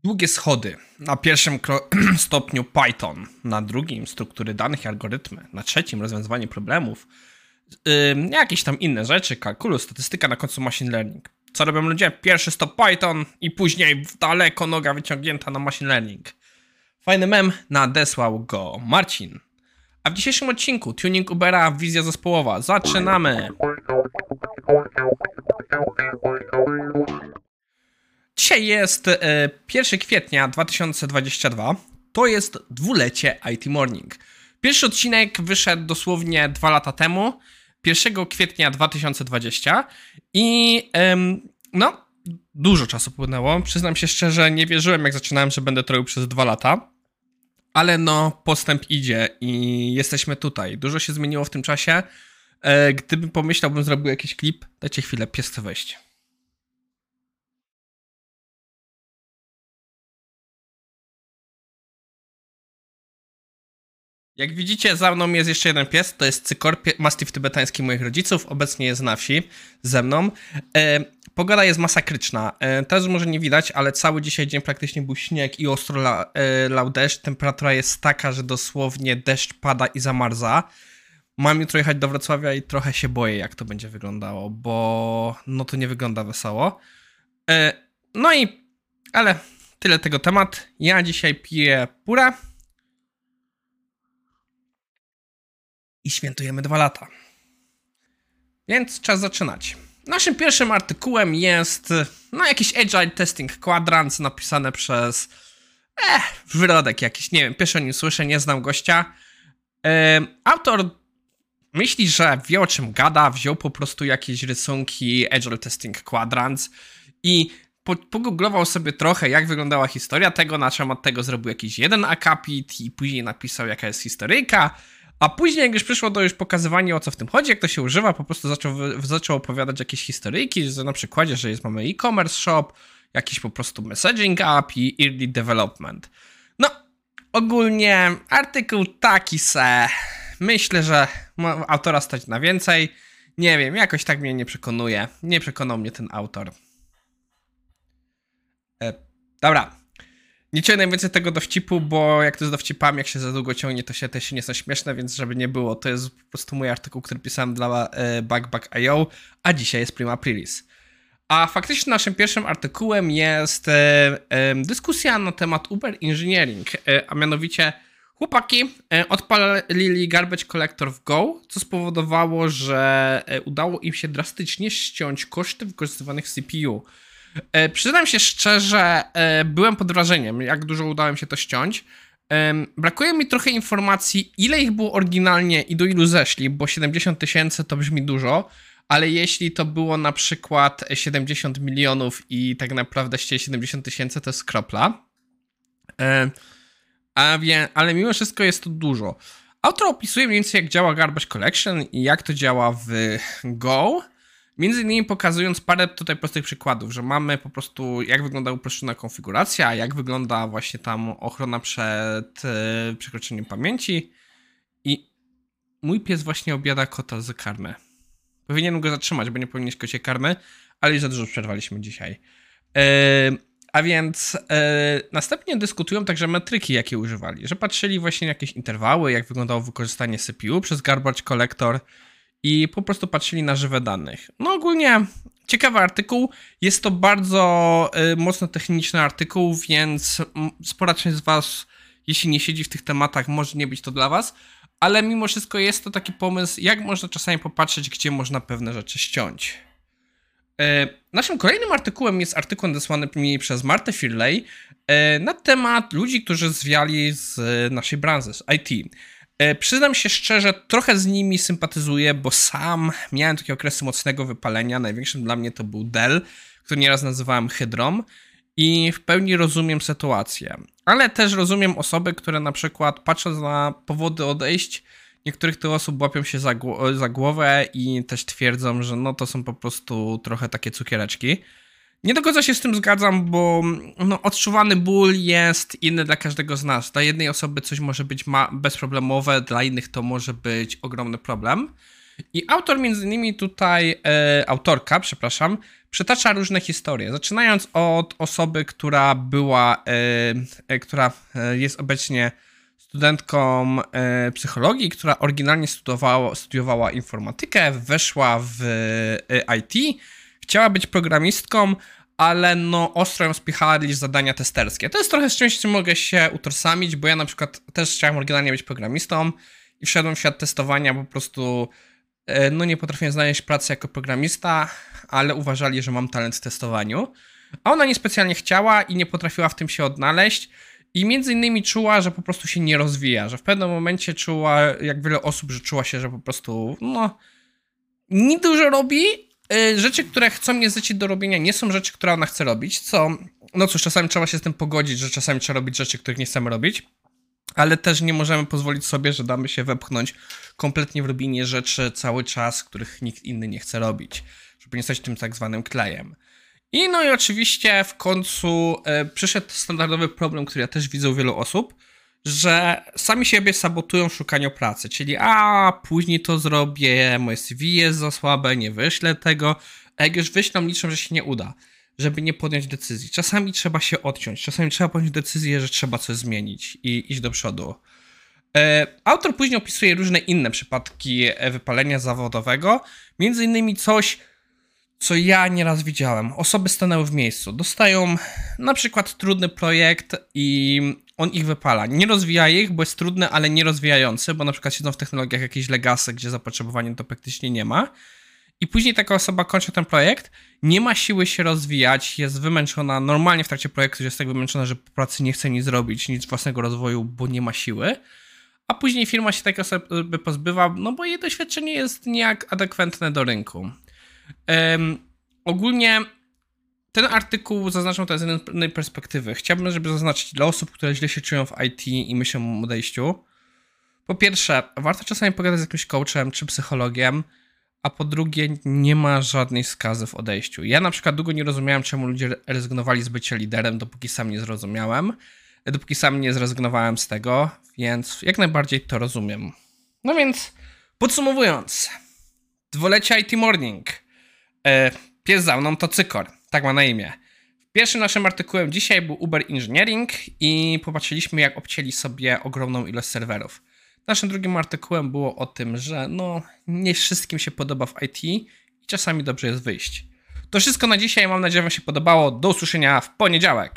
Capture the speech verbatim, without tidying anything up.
Długie schody. Na pierwszym stopniu Python, na drugim struktury danych i algorytmy, na trzecim rozwiązywanie problemów, yy, jakieś tam inne rzeczy, kalkulus, statystyka, na końcu machine learning. Co robią ludzie? Pierwszy stop Python i później daleko noga wyciągnięta na machine learning. Fajny mem nadesłał go Marcin. A w dzisiejszym odcinku tuning Ubera, wizja zespołowa. Zaczynamy! Dzisiaj jest e, pierwszego kwietnia dwa tysiące dwudziestego drugiego. To jest dwulecie I T Morning. Pierwszy odcinek wyszedł dosłownie dwa lata temu, pierwszego kwietnia dwa tysiące dwudziestego. I em, no, dużo czasu płynęło. Przyznam się szczerze, nie wierzyłem jak zaczynałem, że będę to robił przez dwa lata. Ale no, postęp idzie i jesteśmy tutaj. Dużo się zmieniło w tym czasie. E, gdybym pomyślał, bym zrobił jakiś klip. Dajcie chwilę, pies chce wejść. Jak widzicie, za mną jest jeszcze jeden pies, to jest Cykor, mastiff tybetański moich rodziców, obecnie jest na wsi ze mną. E, pogoda jest masakryczna, e, teraz może nie widać, ale cały dzisiaj dzień praktycznie był śnieg i ostro la, e, lał deszcz. Temperatura jest taka, że dosłownie deszcz pada i zamarza. Mam jutro jechać do Wrocławia i trochę się boję, jak to będzie wyglądało, bo no to nie wygląda wesoło. E, no i, ale tyle tego temat. Ja dzisiaj piję purę. I świętujemy dwa lata. Więc czas zaczynać. Naszym pierwszym artykułem jest no jakiś Agile Testing Quadrants napisane przez eh, wyrodek jakiś, nie wiem, pierwszy o nim słyszę, nie znam gościa. E, autor myśli, że wie o czym gada, wziął po prostu jakieś rysunki Agile Testing Quadrants i po, pogooglował sobie trochę, jak wyglądała historia tego, na temat tego zrobił jakiś jeden akapit i później napisał, jaka jest historyjka. A później, jak już przyszło do już pokazywania, o co w tym chodzi, jak to się używa, po prostu zaczął, zaczął opowiadać jakieś historyjki, że na przykładzie, że jest, mamy e-commerce shop, jakiś po prostu messaging app i early development. No, ogólnie artykuł taki se. Myślę, że autora stać na więcej. Nie wiem, jakoś tak mnie nie przekonuje. Nie przekonał mnie ten autor. E, dobra. Nie ciągnę więcej tego dowcipu, bo jak to z dowcipami, jak się za długo ciągnie, to się też nie są śmieszne, więc żeby nie było, to jest po prostu mój artykuł, który pisałem dla e, Bug Bug kropka i o, a dzisiaj jest prima aprilis. A faktycznie naszym pierwszym artykułem jest e, e, dyskusja na temat Uber Engineering, e, a mianowicie chłopaki e, odpalili garbage collector w Go, co spowodowało, że e, udało im się drastycznie ściąć koszty wykorzystywanych C P U. E, przyznam się szczerze, e, byłem pod wrażeniem, jak dużo udało mi się to ściąć. E, brakuje mi trochę informacji, ile ich było oryginalnie i do ilu zeszli, bo siedemdziesiąt tysięcy to brzmi dużo, ale jeśli to było na przykład siedemdziesiąt milionów i tak naprawdę ścięli siedemdziesiąt tysięcy, to jest kropla. E, a wie, ale mimo wszystko jest to dużo. Autor opisuje mniej więcej, jak działa garbage collection i jak to działa w Go. Między innymi pokazując parę tutaj prostych przykładów, że mamy po prostu jak wygląda uproszczona konfiguracja, jak wygląda właśnie tam ochrona przed e, przekroczeniem pamięci i mój pies właśnie objada kota z karmy. Powinienem go zatrzymać, bo nie powinien kocie karmy, ale już za dużo przerwaliśmy dzisiaj. E, a więc e, następnie dyskutują także metryki, jakie używali, że patrzyli właśnie na jakieś interwały, jak wyglądało wykorzystanie C P U przez garbage collector, i po prostu patrzyli na żywe danych. No ogólnie ciekawy artykuł. Jest to bardzo y, mocno techniczny artykuł, więc spora część z was, jeśli nie siedzi w tych tematach, może nie być to dla was, ale mimo wszystko jest to taki pomysł, jak można czasami popatrzeć, gdzie można pewne rzeczy ściąć. Y, naszym kolejnym artykułem jest artykuł nadesłany mi przez Martę Firley y, na temat ludzi, którzy zwiali z y, naszej branży, z I T. Przyznam się szczerze, trochę z nimi sympatyzuję, bo sam miałem takie okresy mocnego wypalenia. Największym dla mnie to był Dell, który nieraz nazywałem hydrą i w pełni rozumiem sytuację. Ale też rozumiem osoby, które na przykład patrząc na powody odejść, niektórych tych osób łapią się za, gło- za głowę i też twierdzą, że no to są po prostu trochę takie cukiereczki. Nie do końca się z tym zgadzam, bo no, odczuwany ból jest inny dla każdego z nas. Dla jednej osoby coś może być ma- bezproblemowe, dla innych to może być ogromny problem. I autor między innymi tutaj, e, autorka, przepraszam, przytacza różne historie, zaczynając od osoby, która była, e, e, która jest obecnie studentką e, psychologii, która oryginalnie studiowała, studiowała informatykę, weszła w e, I T, chciała być programistką, ale no ostro ją spychali zadania testerskie. To jest trochę z czymś, z czym mogę się utożsamić, bo ja na przykład też chciałem oryginalnie być programistą i wszedłem w świat testowania, po prostu e, no nie potrafiłem znaleźć pracy jako programista, ale uważali, że mam talent w testowaniu. A ona niespecjalnie chciała i nie potrafiła w tym się odnaleźć. I między innymi czuła, że po prostu się nie rozwija, że w pewnym momencie czuła, jak wiele osób, że czuła się, że po prostu, no, nie dużo robi. Rzeczy, które chcą mnie zlecić do robienia, nie są rzeczy, które ona chce robić, co, no cóż, czasami trzeba się z tym pogodzić, że czasami trzeba robić rzeczy, których nie chcemy robić, ale też nie możemy pozwolić sobie, że damy się wepchnąć kompletnie w robienie rzeczy cały czas, których nikt inny nie chce robić, żeby nie stać tym tak zwanym klejem. I no i oczywiście w końcu e, przyszedł standardowy problem, który ja też widzę u wielu osób, że sami siebie sabotują w szukaniu pracy, czyli a później to zrobię, moje C V jest za słabe, nie wyślę tego, a jak już wyślą, liczą, że się nie uda, żeby nie podjąć decyzji. Czasami trzeba się odciąć, czasami trzeba podjąć decyzję, że trzeba coś zmienić i iść do przodu. E, autor później opisuje różne inne przypadki wypalenia zawodowego, między innymi coś, co ja nieraz widziałem. Osoby stanęły w miejscu, dostają na przykład trudny projekt i on ich wypala. Nie rozwija ich, bo jest trudny, ale nie rozwijający, bo na przykład siedzą w technologiach jakieś legacy, gdzie zapotrzebowania to praktycznie nie ma. I później taka osoba kończy ten projekt, nie ma siły się rozwijać, jest wymęczona normalnie w trakcie projektu, jest tak wymęczona, że po pracy nie chce nic zrobić, nic własnego rozwoju, bo nie ma siły. A później firma się takiej osoby pozbywa, no bo jej doświadczenie jest niejak adekwatne do rynku. Um, ogólnie ten artykuł zaznaczam to z jednej perspektywy. Chciałbym, żeby zaznaczyć dla osób, które źle się czują w I T i myślą o odejściu. Po pierwsze, warto czasami pogadać z jakimś coachem czy psychologiem, a po drugie, nie ma żadnej skazy w odejściu. Ja na przykład długo nie rozumiałem, czemu ludzie rezygnowali z bycia liderem, dopóki sam nie zrozumiałem, dopóki sam nie zrezygnowałem z tego, więc jak najbardziej to rozumiem. No więc, podsumowując, dwulecie I T Morning. Pies za mną to Cykor, tak ma na imię. Pierwszym naszym artykułem dzisiaj był Uber Engineering i popatrzyliśmy, jak obcięli sobie ogromną ilość serwerów. Naszym drugim artykułem było o tym, że no nie wszystkim się podoba w I T i czasami dobrze jest wyjść. To wszystko na dzisiaj, mam nadzieję, że wam się podobało. Do usłyszenia w poniedziałek.